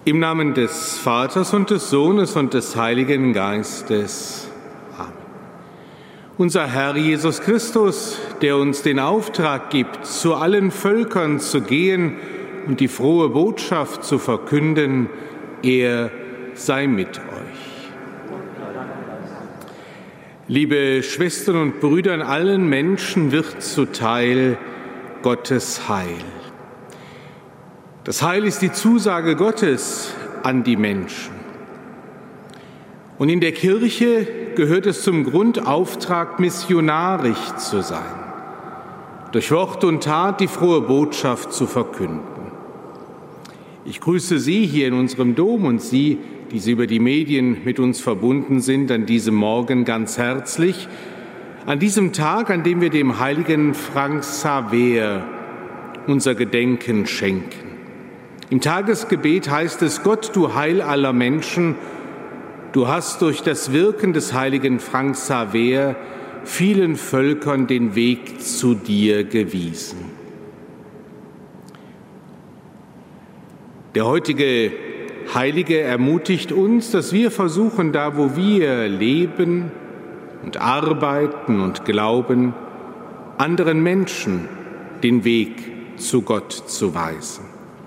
Im Namen des Vaters und des Sohnes und des Heiligen Geistes. Amen. Unser Herr Jesus Christus, der uns den Auftrag gibt, zu allen Völkern zu gehen und die frohe Botschaft zu verkünden, er sei mit euch. Liebe Schwestern und Brüder, allen Menschen wird zuteil Gottes Heil. Das Heil ist die Zusage Gottes an die Menschen. Und in der Kirche gehört es zum Grundauftrag, missionarisch zu sein, durch Wort und Tat die frohe Botschaft zu verkünden. Ich grüße Sie hier in unserem Dom und Sie, die Sie über die Medien mit uns verbunden sind, an diesem Morgen ganz herzlich, an diesem Tag, an dem wir dem heiligen Frank Xaver unser Gedenken schenken. Im Tagesgebet heißt es: Gott, du Heil aller Menschen, du hast durch das Wirken des heiligen Frank Xaver vielen Völkern den Weg zu dir gewiesen. Der heutige Heilige ermutigt uns, dass wir versuchen, da wo wir leben und arbeiten und glauben, anderen Menschen den Weg zu Gott zu weisen.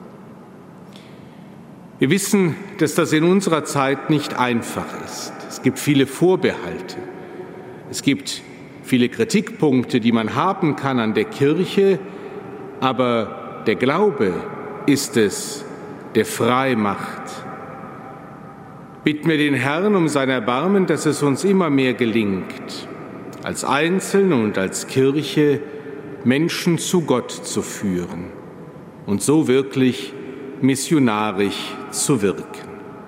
Wir wissen, dass das in unserer Zeit nicht einfach ist. Es gibt viele Vorbehalte. Es gibt viele Kritikpunkte, die man haben kann an der Kirche. Aber der Glaube ist es, der frei macht. Bitten wir den Herrn um sein Erbarmen, dass es uns immer mehr gelingt, als Einzelne und als Kirche Menschen zu Gott zu führen und so wirklich missionarisch zu wirken.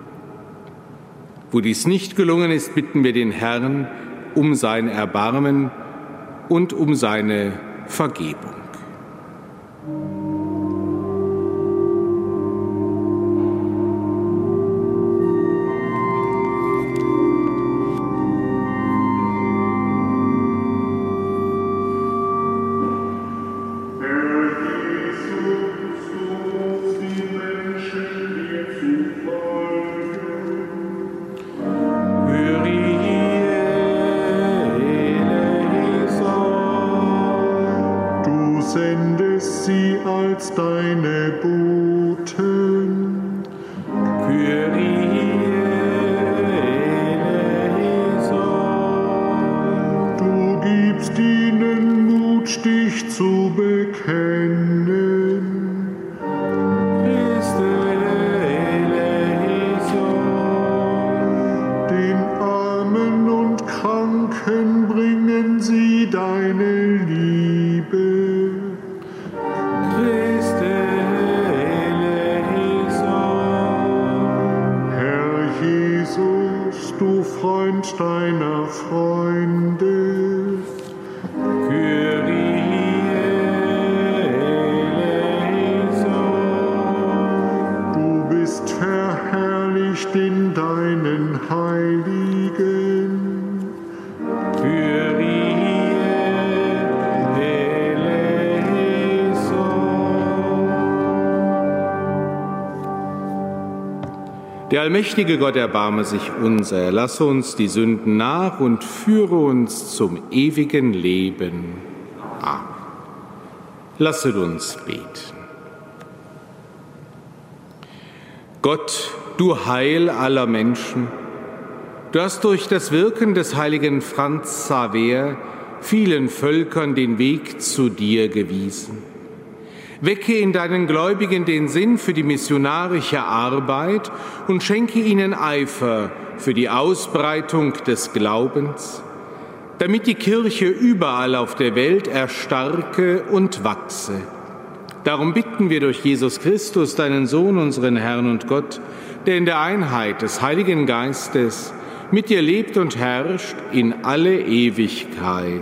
Wo dies nicht gelungen ist, bitten wir den Herrn um sein Erbarmen und um seine Vergebung. Der allmächtige Gott erbarme sich unser, er lasse uns die Sünden nach und führe uns zum ewigen Leben. Amen. Lasset uns beten. Gott, du Heil aller Menschen, du hast durch das Wirken des heiligen Frank Xaver vielen Völkern den Weg zu dir gewiesen. Wecke in deinen Gläubigen den Sinn für die missionarische Arbeit und schenke ihnen Eifer für die Ausbreitung des Glaubens, damit die Kirche überall auf der Welt erstarke und wachse. Darum bitten wir durch Jesus Christus, deinen Sohn, unseren Herrn und Gott, der in der Einheit des Heiligen Geistes mit dir lebt und herrscht in alle Ewigkeit.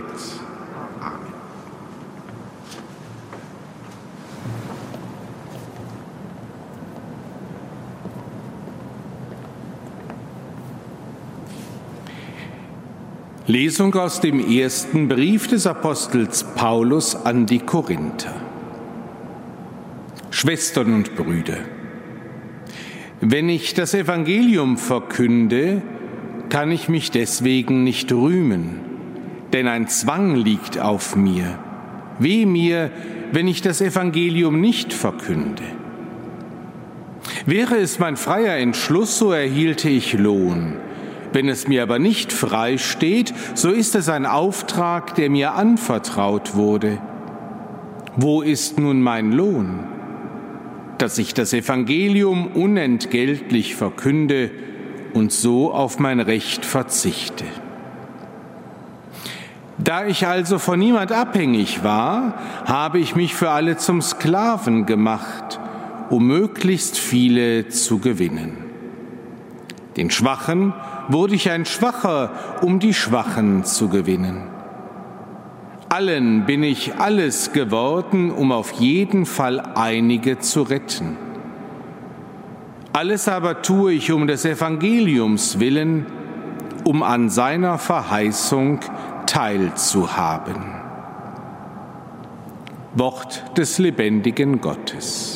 Lesung aus dem ersten Brief des Apostels Paulus an die Korinther. Schwestern und Brüder, Wenn ich das Evangelium verkünde, kann ich mich deswegen nicht rühmen, denn ein Zwang liegt auf mir. Weh mir, wenn ich das Evangelium nicht verkünde. Wäre es mein freier Entschluss, so erhielte ich Lohn. Wenn es mir aber nicht frei steht, so ist es ein Auftrag, der mir anvertraut wurde. Wo ist nun mein Lohn? Dass ich das Evangelium unentgeltlich verkünde und so auf mein Recht verzichte. Da ich also von niemand abhängig war, habe ich mich für alle zum Sklaven gemacht, um möglichst viele zu gewinnen. Den Schwachen wurde ich ein Schwacher, um die Schwachen zu gewinnen. Allen bin ich alles geworden, um auf jeden Fall einige zu retten. Alles aber tue ich um des Evangeliums willen, um an seiner Verheißung teilzuhaben. Wort des lebendigen Gottes.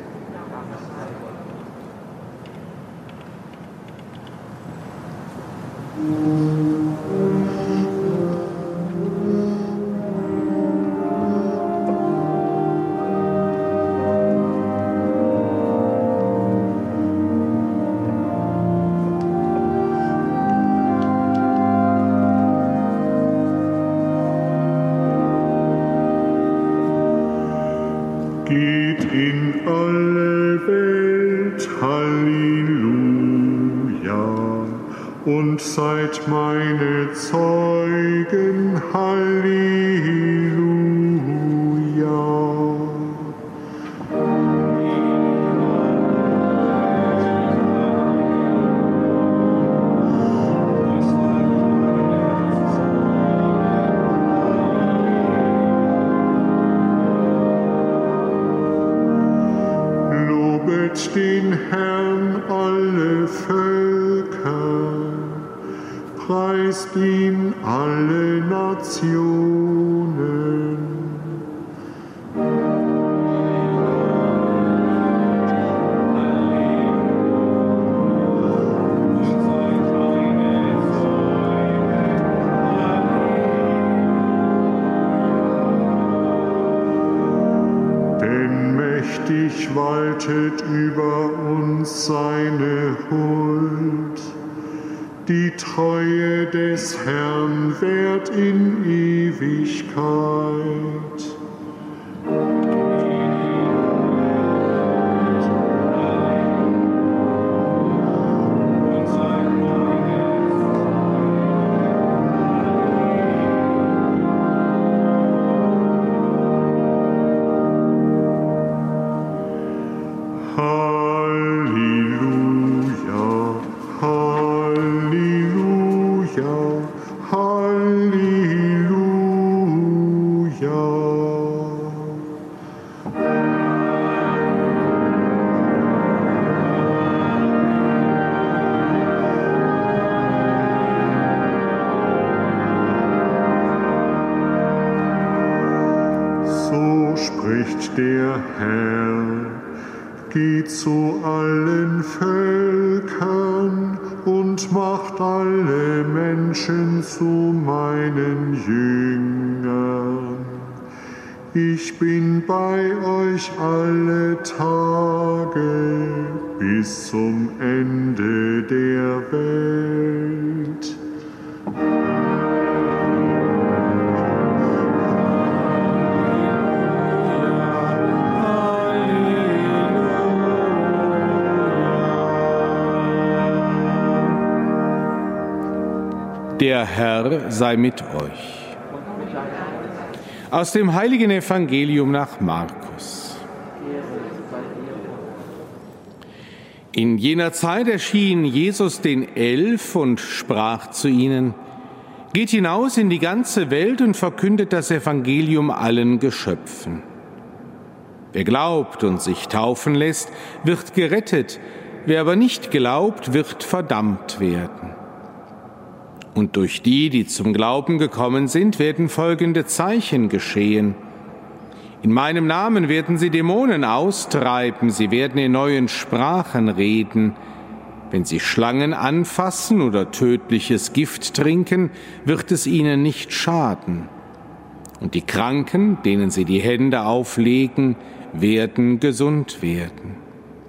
Geht in alle Welt, Halleluja, und seid meine Zeugen, Halleluja. Den Herrn alle Völker, preist ihn alle Nationen. Mächtig waltet über uns seine Huld. Die Treue des Herrn währt in Ewigkeit. Spricht der Herr, geht zu allen Völkern und macht alle Menschen zu meinen Jüngern. Ich bin bei euch alle Tage bis zum Ende der Welt. Der Herr sei mit euch. Aus dem heiligen Evangelium nach Markus. In jener Zeit erschien Jesus den 11 und sprach zu ihnen: Geht hinaus in die ganze Welt und verkündet das Evangelium allen Geschöpfen. Wer glaubt und sich taufen lässt, wird gerettet. Wer aber nicht glaubt, wird verdammt werden. Und durch die, die zum Glauben gekommen sind, werden folgende Zeichen geschehen. In meinem Namen werden sie Dämonen austreiben, sie werden in neuen Sprachen reden. Wenn sie Schlangen anfassen oder tödliches Gift trinken, wird es ihnen nicht schaden. Und die Kranken, denen sie die Hände auflegen, werden gesund werden.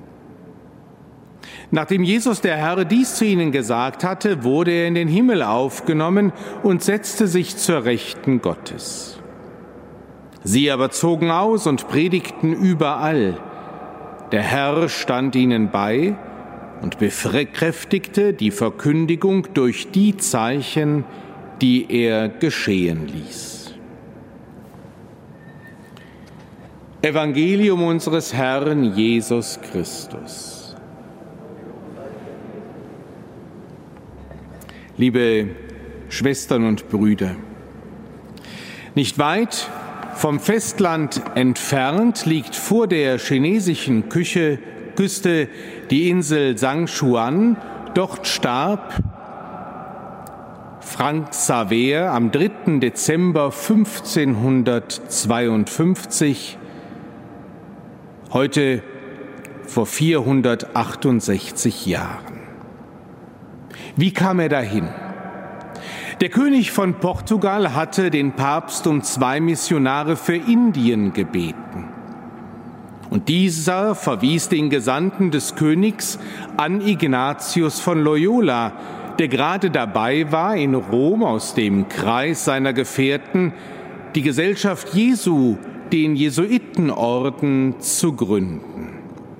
Nachdem Jesus der Herr dies zu ihnen gesagt hatte, wurde er in den Himmel aufgenommen und setzte sich zur Rechten Gottes. Sie aber zogen aus und predigten überall. Der Herr stand ihnen bei und bekräftigte die Verkündigung durch die Zeichen, die er geschehen ließ. Evangelium unseres Herrn Jesus Christus. Liebe Schwestern und Brüder, nicht weit vom Festland entfernt liegt vor der chinesischen Küste die Insel Zhangchuan. Dort starb Frank Xaver am 3. Dezember 1552, heute vor 468 Jahren. Wie kam er dahin? Der König von Portugal hatte den Papst um 2 Missionare für Indien gebeten. Und dieser verwies den Gesandten des Königs an Ignatius von Loyola, der gerade dabei war, in Rom aus dem Kreis seiner Gefährten die Gesellschaft Jesu, den Jesuitenorden, zu gründen.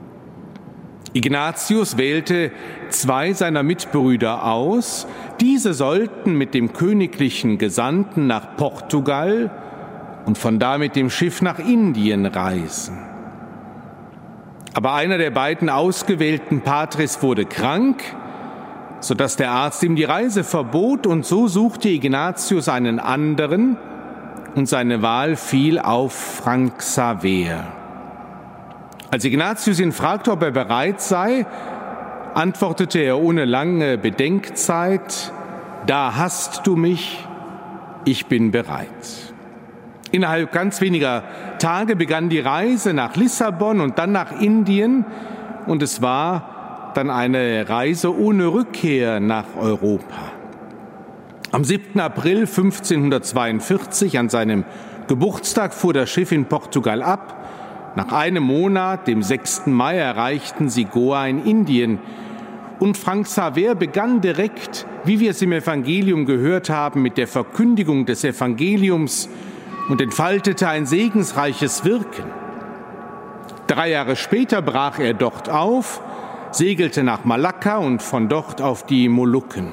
Ignatius wählte 2 seiner Mitbrüder aus. Diese sollten mit dem königlichen Gesandten nach Portugal und von da mit dem Schiff nach Indien reisen. Aber einer der beiden ausgewählten Patres wurde krank, sodass der Arzt ihm die Reise verbot, und so suchte Ignatius einen anderen, und seine Wahl fiel auf Frank Xaver. Als Ignatius ihn fragte, ob er bereit sei, antwortete er ohne lange Bedenkzeit: Da hast du mich, ich bin bereit. Innerhalb ganz weniger Tage begann die Reise nach Lissabon und dann nach Indien, und es war dann eine Reise ohne Rückkehr nach Europa. Am 7. April 1542, an seinem Geburtstag, fuhr das Schiff in Portugal ab. Nach einem Monat, dem 6. Mai, erreichten sie Goa in Indien. Und Frank Xaver begann direkt, wie wir es im Evangelium gehört haben, mit der Verkündigung des Evangeliums und entfaltete ein segensreiches Wirken. 3 Jahre später brach er dort auf, segelte nach Malakka und von dort auf die Molukken.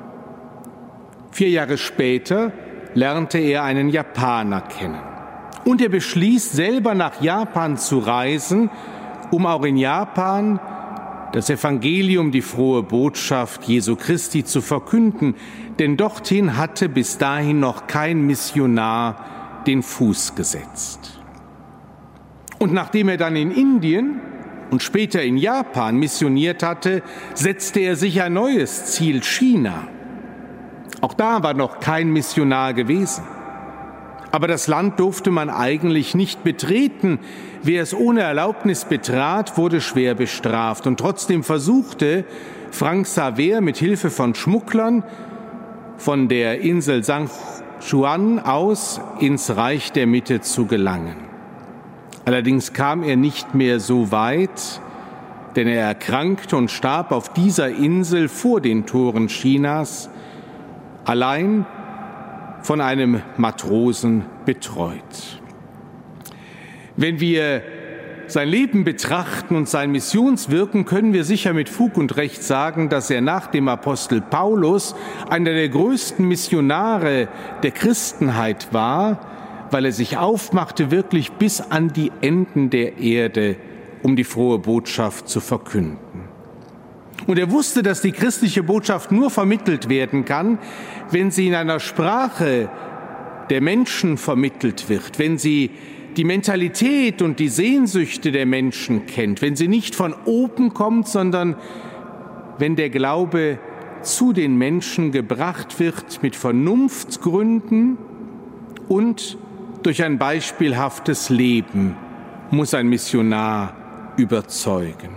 4 Jahre später lernte er einen Japaner kennen. Und er beschließt, selber nach Japan zu reisen, um auch in Japan das Evangelium, die frohe Botschaft Jesu Christi zu verkünden. Denn dorthin hatte bis dahin noch kein Missionar den Fuß gesetzt. Und nachdem er dann in Indien und später in Japan missioniert hatte, setzte er sich ein neues Ziel: China. Auch da war noch kein Missionar gewesen. Aber das Land durfte man eigentlich nicht betreten. Wer es ohne Erlaubnis betrat, wurde schwer bestraft. Und trotzdem versuchte Frank Xaver mit Hilfe von Schmugglern von der Insel Zhangchuan aus ins Reich der Mitte zu gelangen. Allerdings kam er nicht mehr so weit, denn er erkrankte und starb auf dieser Insel vor den Toren Chinas, allein von einem Matrosen betreut. Wenn wir sein Leben betrachten und sein Missionswirken, können wir sicher mit Fug und Recht sagen, dass er nach dem Apostel Paulus einer der größten Missionare der Christenheit war, weil er sich aufmachte, wirklich bis an die Enden der Erde, um die frohe Botschaft zu verkünden. Und er wusste, dass die christliche Botschaft nur vermittelt werden kann, wenn sie in einer Sprache der Menschen vermittelt wird, wenn sie die Mentalität und die Sehnsüchte der Menschen kennt, wenn sie nicht von oben kommt, sondern wenn der Glaube zu den Menschen gebracht wird mit Vernunftsgründen und durch ein beispielhaftes Leben muss ein Missionar überzeugen.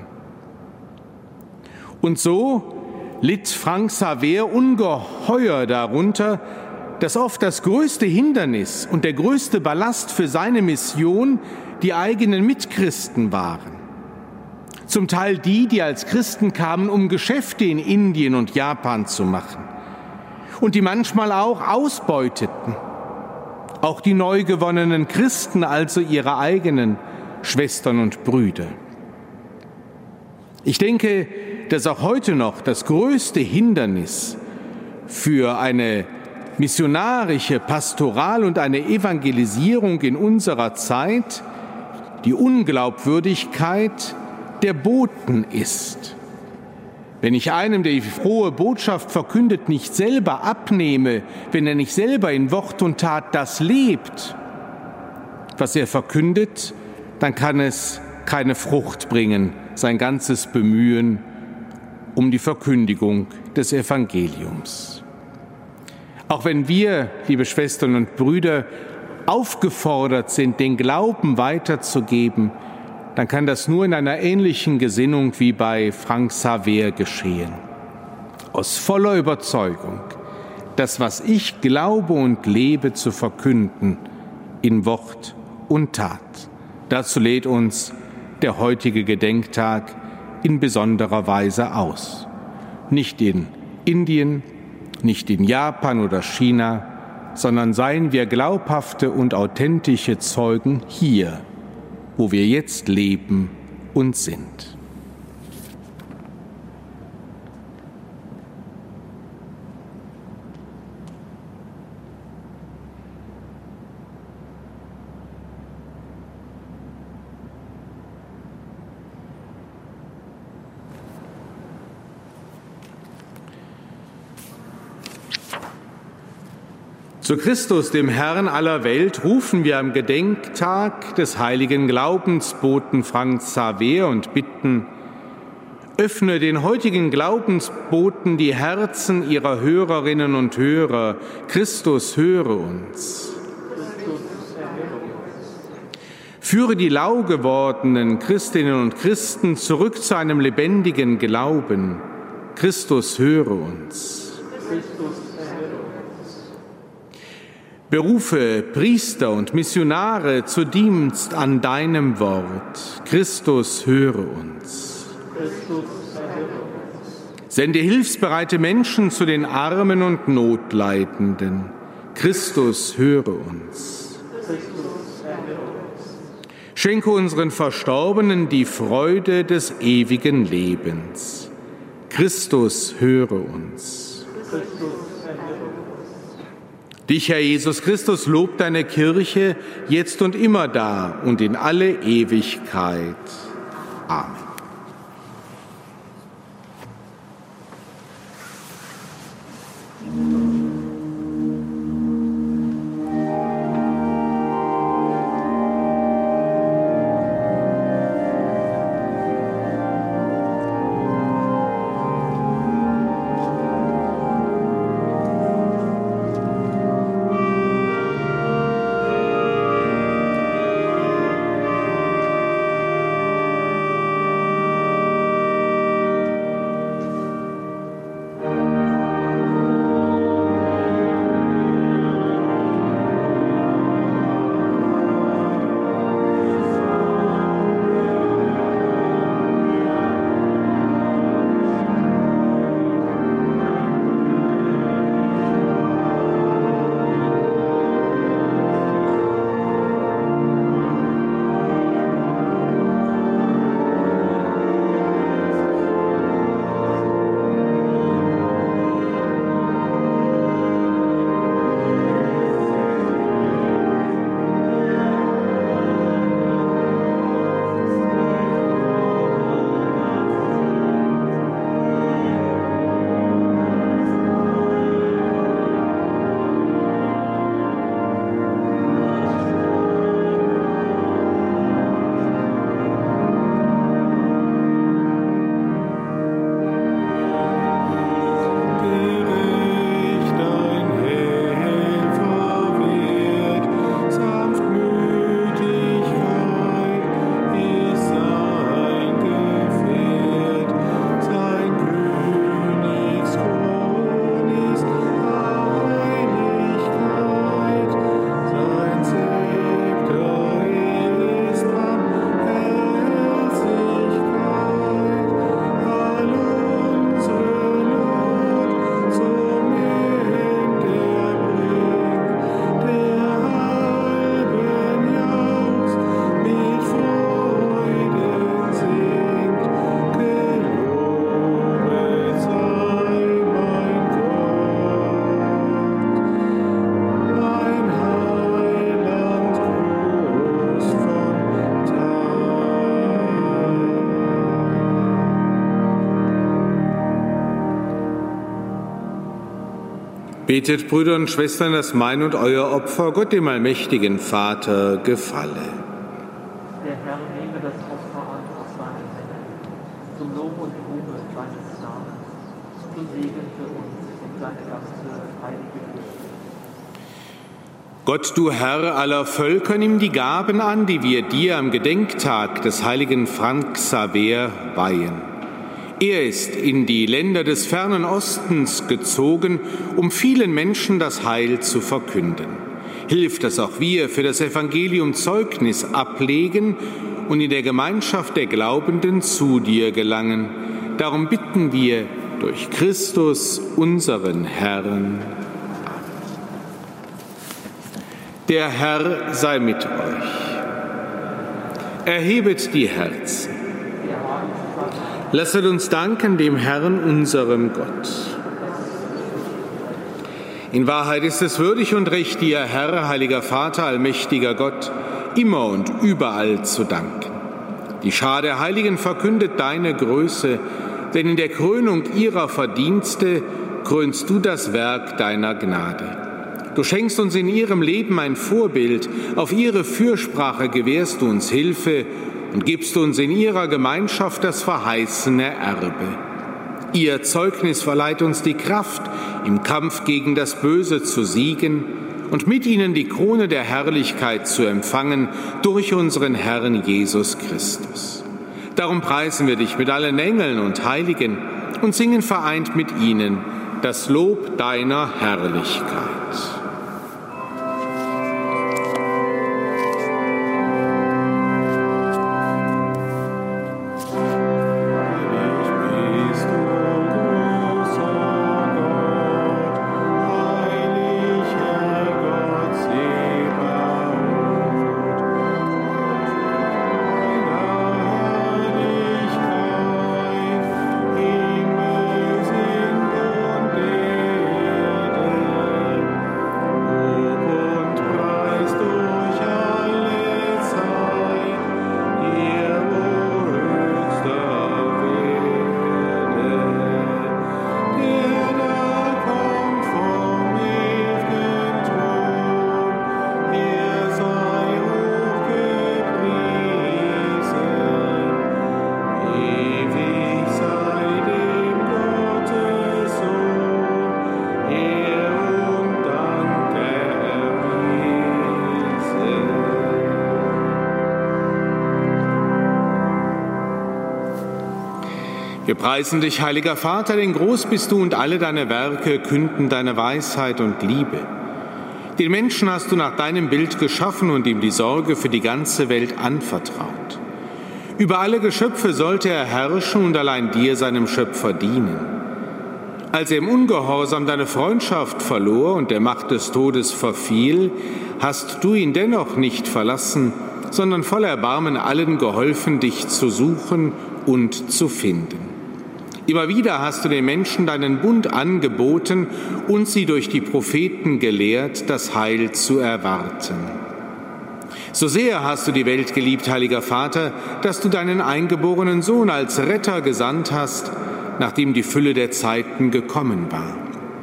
Und so litt Frank Xaver ungeheuer darunter, dass oft das größte Hindernis und der größte Ballast für seine Mission die eigenen Mitchristen waren. Zum Teil die als Christen kamen, um Geschäfte in Indien und Japan zu machen und die manchmal auch ausbeuteten. Auch die neu gewonnenen Christen, also ihre eigenen Schwestern und Brüder. Ich denke, dass auch heute noch das größte Hindernis für eine missionarische Pastoral und eine Evangelisierung in unserer Zeit die Unglaubwürdigkeit der Boten ist. Wenn ich einem, der die frohe Botschaft verkündet, nicht selber abnehme, wenn er nicht selber in Wort und Tat das lebt, was er verkündet, dann kann es keine Frucht bringen, sein ganzes Bemühen um die Verkündigung des Evangeliums. Auch wenn wir, liebe Schwestern und Brüder, aufgefordert sind, den Glauben weiterzugeben, dann kann das nur in einer ähnlichen Gesinnung wie bei Frank Xaver geschehen. Aus voller Überzeugung, das, was ich glaube und lebe, zu verkünden, in Wort und Tat. Dazu lädt uns der heutige Gedenktag in besonderer Weise aus. Nicht in Indien, nicht in Japan oder China, sondern seien wir glaubhafte und authentische Zeugen hier, wo wir jetzt leben und sind. Zu Christus, dem Herrn aller Welt, rufen wir am Gedenktag des heiligen Glaubensboten Frank Xaver und bitten: Öffne den heutigen Glaubensboten die Herzen ihrer Hörerinnen und Hörer. Christus, höre uns. Führe die lau gewordenen Christinnen und Christen zurück zu einem lebendigen Glauben. Christus, höre uns. Berufe Priester und Missionare zu Dienst an deinem Wort. Christus, höre uns. Sende hilfsbereite Menschen zu den Armen und Notleidenden. Christus, höre uns. Schenke unseren Verstorbenen die Freude des ewigen Lebens. Christus, höre uns. Dich, Herr Jesus Christus, lobt deine Kirche jetzt und immer da und in alle Ewigkeit. Amen. Betet, Brüder und Schwestern, dass mein und euer Opfer Gott, dem allmächtigen Vater, gefalle. Der Herr nehme das Opfer an aus seinen Händen, zum Lob und Ruhme seines Namens, zum Segen für uns und seine ganze heilige Kirche. Gott, du Herr aller Völker, nimm die Gaben an, die wir dir am Gedenktag des heiligen Frank Xaver weihen. Er ist in die Länder des fernen Ostens gezogen, um vielen Menschen das Heil zu verkünden. Hilf, dass auch wir für das Evangelium Zeugnis ablegen und in der Gemeinschaft der Glaubenden zu dir gelangen. Darum bitten wir durch Christus, unseren Herrn. Der Herr sei mit euch. Erhebet die Herzen. Lasset uns danken dem Herrn, unserem Gott. In Wahrheit ist es würdig und recht, dir, Herr, heiliger Vater, allmächtiger Gott, immer und überall zu danken. Die Schar der Heiligen verkündet deine Größe, denn in der Krönung ihrer Verdienste krönst du das Werk deiner Gnade. Du schenkst uns in ihrem Leben ein Vorbild, auf ihre Fürsprache gewährst du uns Hilfe und gibst uns in ihrer Gemeinschaft das verheißene Erbe. Ihr Zeugnis verleiht uns die Kraft, im Kampf gegen das Böse zu siegen und mit ihnen die Krone der Herrlichkeit zu empfangen durch unseren Herrn Jesus Christus. Darum preisen wir dich mit allen Engeln und Heiligen und singen vereint mit ihnen das Lob deiner Herrlichkeit. Wir preisen dich, heiliger Vater, denn groß bist du und alle deine Werke künden deine Weisheit und Liebe. Den Menschen hast du nach deinem Bild geschaffen und ihm die Sorge für die ganze Welt anvertraut. Über alle Geschöpfe sollte er herrschen und allein dir, seinem Schöpfer, dienen. Als er im Ungehorsam deine Freundschaft verlor und der Macht des Todes verfiel, hast du ihn dennoch nicht verlassen, sondern voller Erbarmen allen geholfen, dich zu suchen und zu finden. Immer wieder hast du den Menschen deinen Bund angeboten und sie durch die Propheten gelehrt, das Heil zu erwarten. So sehr hast du die Welt geliebt, heiliger Vater, dass du deinen eingeborenen Sohn als Retter gesandt hast, nachdem die Fülle der Zeiten gekommen war.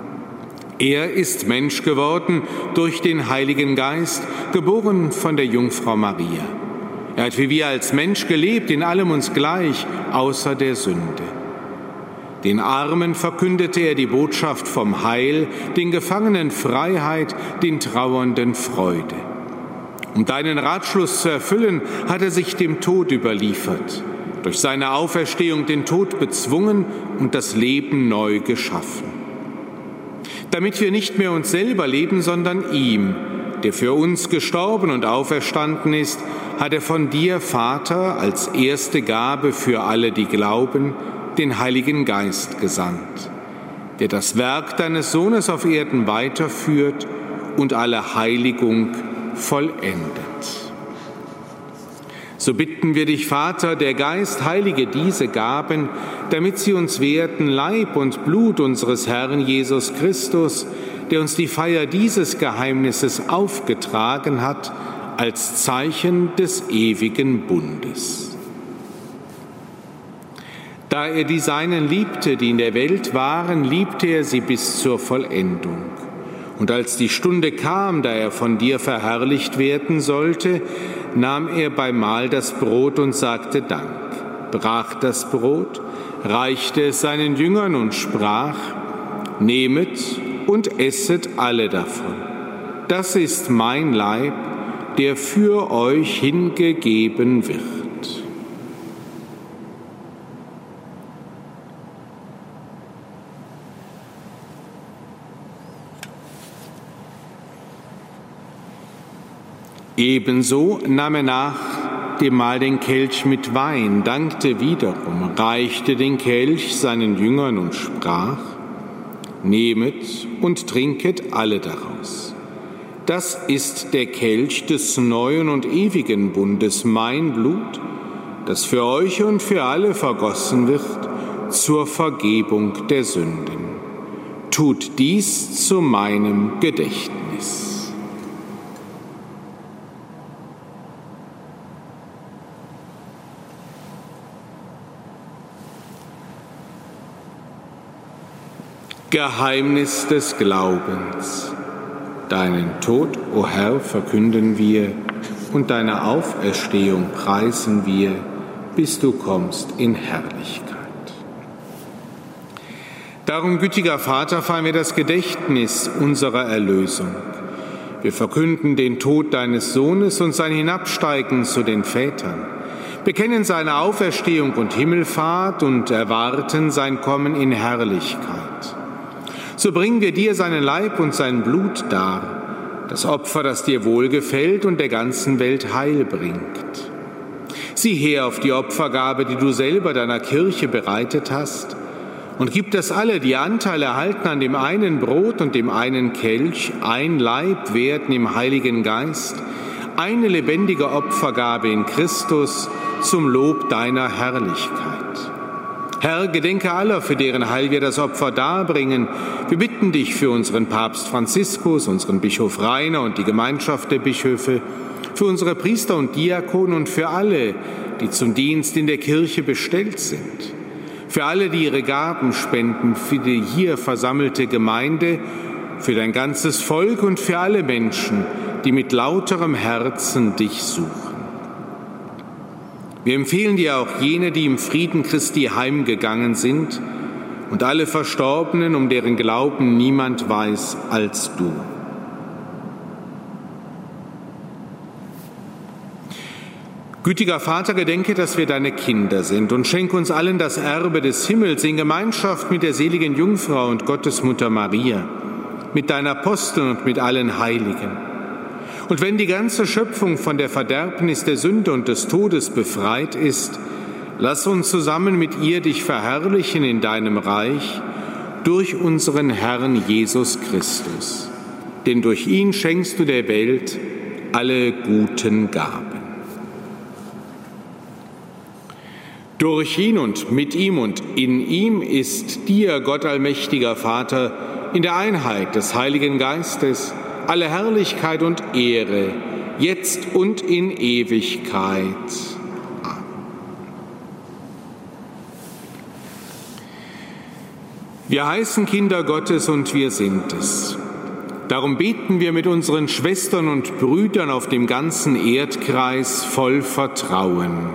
Er ist Mensch geworden durch den Heiligen Geist, geboren von der Jungfrau Maria. Er hat wie wir als Mensch gelebt, in allem uns gleich, außer der Sünde. Den Armen verkündete er die Botschaft vom Heil, den Gefangenen Freiheit, den Trauernden Freude. Um deinen Ratschluss zu erfüllen, hat er sich dem Tod überliefert, durch seine Auferstehung den Tod bezwungen und das Leben neu geschaffen. Damit wir nicht mehr uns selber leben, sondern ihm, der für uns gestorben und auferstanden ist, hat er von dir, Vater, als erste Gabe für alle, die glauben, den Heiligen Geist gesandt, der das Werk deines Sohnes auf Erden weiterführt und alle Heiligung vollendet. So bitten wir dich, Vater, der Geist heilige diese Gaben, damit sie uns werden, Leib und Blut unseres Herrn Jesus Christus, der uns die Feier dieses Geheimnisses aufgetragen hat, als Zeichen des ewigen Bundes. Da er die Seinen liebte, die in der Welt waren, liebte er sie bis zur Vollendung. Und als die Stunde kam, da er von dir verherrlicht werden sollte, nahm er beim Mahl das Brot und sagte Dank, brach das Brot, reichte es seinen Jüngern und sprach: Nehmet und esset alle davon. Das ist mein Leib, der für euch hingegeben wird. Ebenso nahm er nach dem Mahl den Kelch mit Wein, dankte wiederum, reichte den Kelch seinen Jüngern und sprach: Nehmet und trinket alle daraus. Das ist der Kelch des neuen und ewigen Bundes, mein Blut, das für euch und für alle vergossen wird zur Vergebung der Sünden. Tut dies zu meinem Gedächtnis. Geheimnis des Glaubens. Deinen Tod, o Herr, verkünden wir, und deine Auferstehung preisen wir, bis du kommst in Herrlichkeit. Darum, gütiger Vater, feiern wir das Gedächtnis unserer Erlösung. Wir verkünden den Tod deines Sohnes und sein Hinabsteigen zu den Vätern, bekennen seine Auferstehung und Himmelfahrt und erwarten sein Kommen in Herrlichkeit. So bringen wir dir seinen Leib und sein Blut dar, das Opfer, das dir wohlgefällt und der ganzen Welt Heil bringt. Sieh her auf die Opfergabe, die du selber deiner Kirche bereitet hast, und gib, dass alle, die Anteil erhalten an dem einen Brot und dem einen Kelch, ein Leib werden im Heiligen Geist, eine lebendige Opfergabe in Christus zum Lob deiner Herrlichkeit. Herr, gedenke aller, für deren Heil wir das Opfer darbringen. Wir bitten dich für unseren Papst Franziskus, unseren Bischof Rainer und die Gemeinschaft der Bischöfe, für unsere Priester und Diakonen und für alle, die zum Dienst in der Kirche bestellt sind. Für alle, die ihre Gaben spenden, für die hier versammelte Gemeinde, für dein ganzes Volk und für alle Menschen, die mit lauterem Herzen dich suchen. Wir empfehlen dir auch jene, die im Frieden Christi heimgegangen sind, und alle Verstorbenen, um deren Glauben niemand weiß als du. Gütiger Vater, gedenke, dass wir deine Kinder sind, und schenke uns allen das Erbe des Himmels in Gemeinschaft mit der seligen Jungfrau und Gottesmutter Maria, mit deinen Aposteln und mit allen Heiligen. Und wenn die ganze Schöpfung von der Verderbnis der Sünde und des Todes befreit ist, lass uns zusammen mit ihr dich verherrlichen in deinem Reich durch unseren Herrn Jesus Christus. Denn durch ihn schenkst du der Welt alle guten Gaben. Durch ihn und mit ihm und in ihm ist dir, Gott allmächtiger Vater, in der Einheit des Heiligen Geistes, alle Herrlichkeit und Ehre, jetzt und in Ewigkeit. Amen. Wir heißen Kinder Gottes und wir sind es. Darum beten wir mit unseren Schwestern und Brüdern auf dem ganzen Erdkreis voll Vertrauen.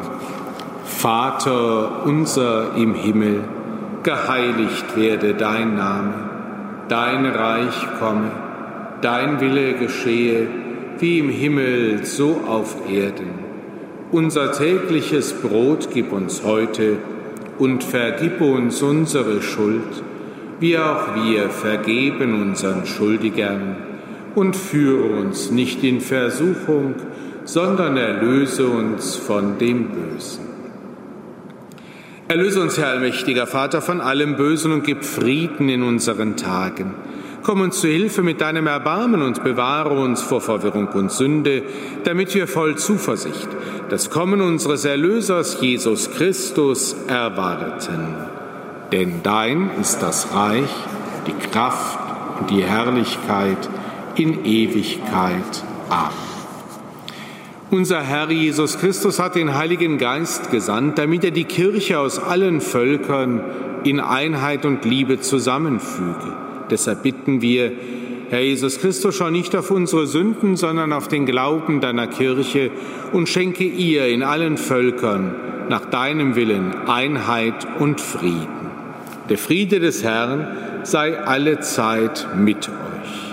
Vater unser im Himmel, geheiligt werde dein Name, dein Reich komme, dein Wille geschehe, wie im Himmel, so auf Erden. Unser tägliches Brot gib uns heute und vergib uns unsere Schuld, wie auch wir vergeben unseren Schuldigern. Und führe uns nicht in Versuchung, sondern erlöse uns von dem Bösen. Erlöse uns, Herr allmächtiger Vater, von allem Bösen und gib Frieden in unseren Tagen. Komm uns zu Hilfe mit deinem Erbarmen und bewahre uns vor Verwirrung und Sünde, damit wir voll Zuversicht das Kommen unseres Erlösers Jesus Christus erwarten. Denn dein ist das Reich, die Kraft und die Herrlichkeit in Ewigkeit. Amen. Unser Herr Jesus Christus hat den Heiligen Geist gesandt, damit er die Kirche aus allen Völkern in Einheit und Liebe zusammenfüge. Deshalb bitten wir, Herr Jesus Christus, schau nicht auf unsere Sünden, sondern auf den Glauben deiner Kirche und schenke ihr in allen Völkern nach deinem Willen Einheit und Frieden. Der Friede des Herrn sei allezeit mit euch.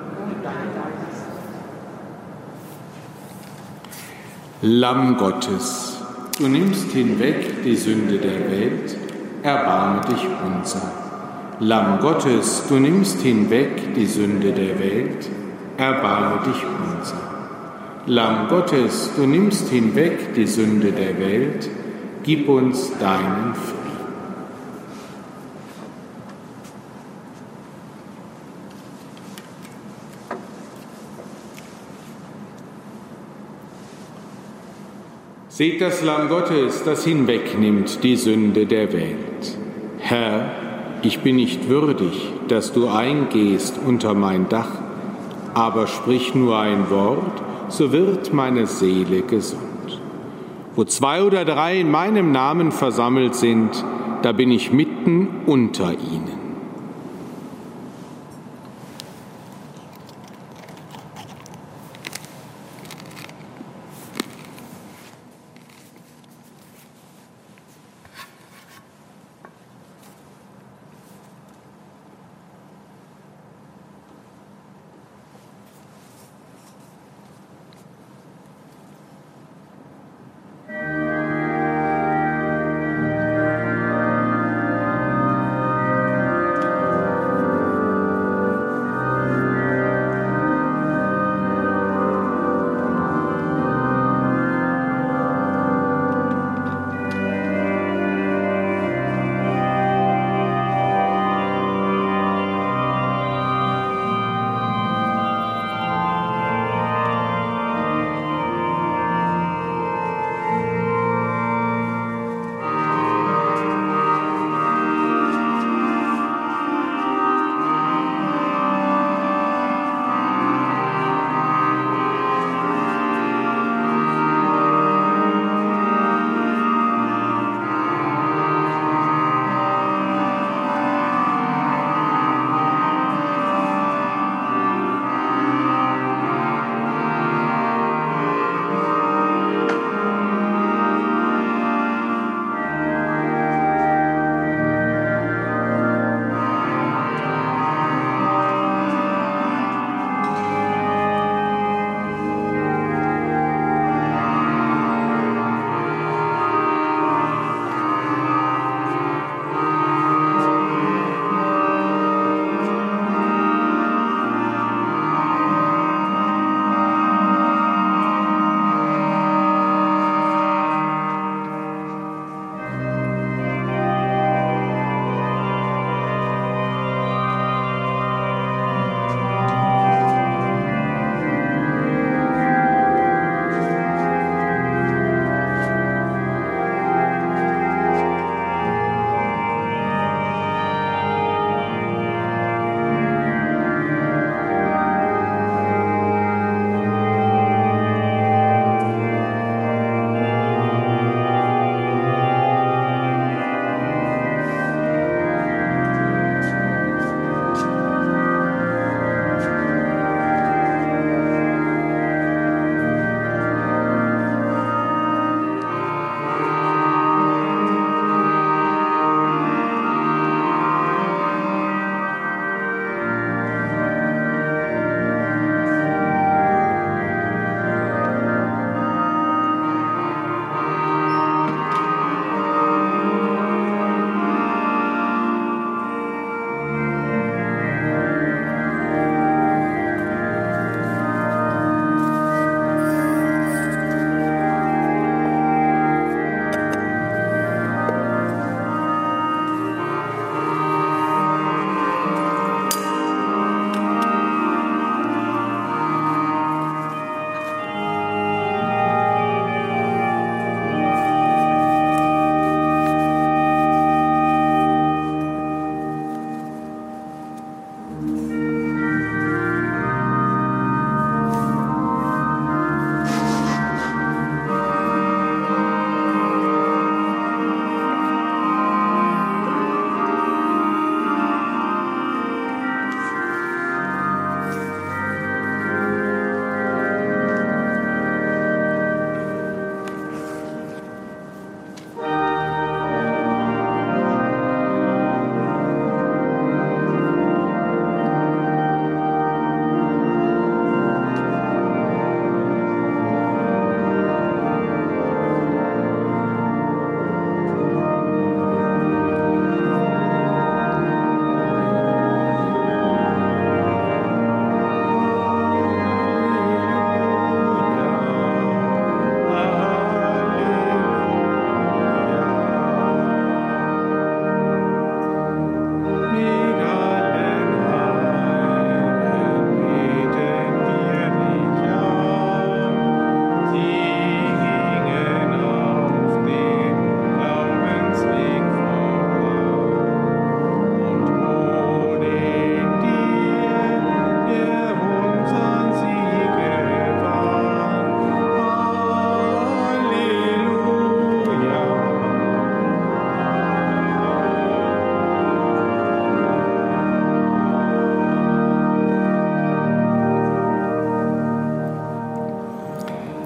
Lamm Gottes, du nimmst hinweg die Sünde der Welt, erbarme dich unser. Lamm Gottes, du nimmst hinweg die Sünde der Welt, erbarme dich unser. Lamm Gottes, du nimmst hinweg die Sünde der Welt, gib uns deinen Frieden. Seht das Lamm Gottes, das hinwegnimmt die Sünde der Welt. Herr, ich bin nicht würdig, dass du eingehst unter mein Dach, aber sprich nur ein Wort, so wird meine Seele gesund. Wo 2 oder 3 in meinem Namen versammelt sind, da bin ich mitten unter ihnen.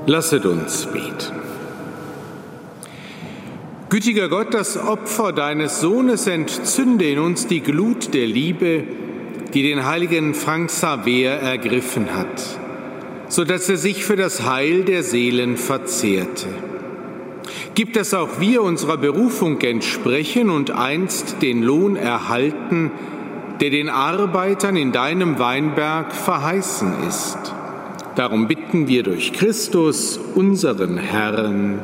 Lasset uns beten. Gütiger Gott, das Opfer deines Sohnes entzünde in uns die Glut der Liebe, die den heiligen Frank Xaver ergriffen hat, so dass er sich für das Heil der Seelen verzehrte. Gib, dass auch wir unserer Berufung entsprechen und einst den Lohn erhalten, der den Arbeitern in deinem Weinberg verheißen ist. Darum bitten wir durch Christus, unseren Herrn.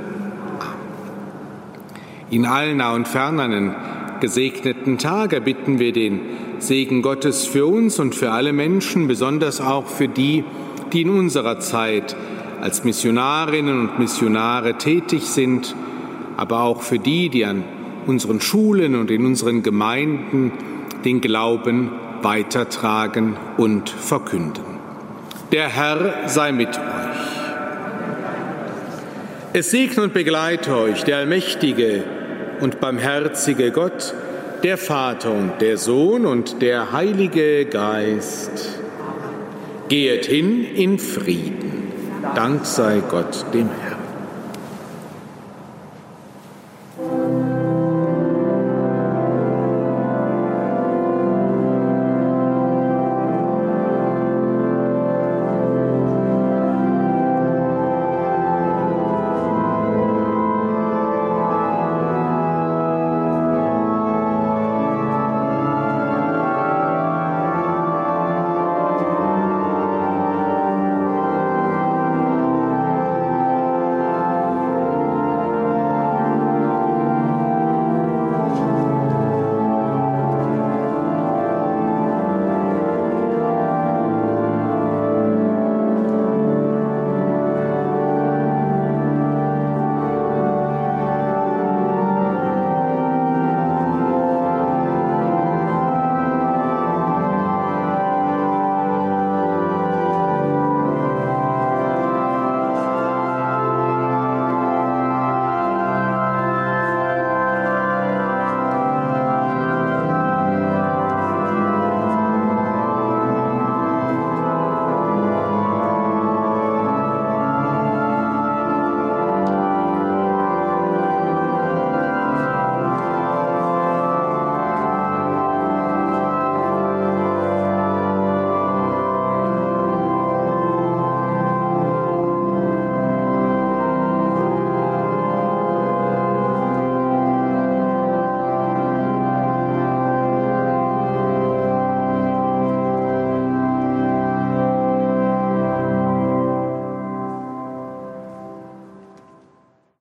In allen nah und fern einen gesegneten Tag erbitten wir den Segen Gottes für uns und für alle Menschen, besonders auch für die, die in unserer Zeit als Missionarinnen und Missionare tätig sind, aber auch für die, die an unseren Schulen und in unseren Gemeinden den Glauben weitertragen und verkünden. Der Herr sei mit euch. Es segne und begleite euch der allmächtige und barmherzige Gott, der Vater und der Sohn und der Heilige Geist. Gehet hin in Frieden. Dank sei Gott dem Herrn.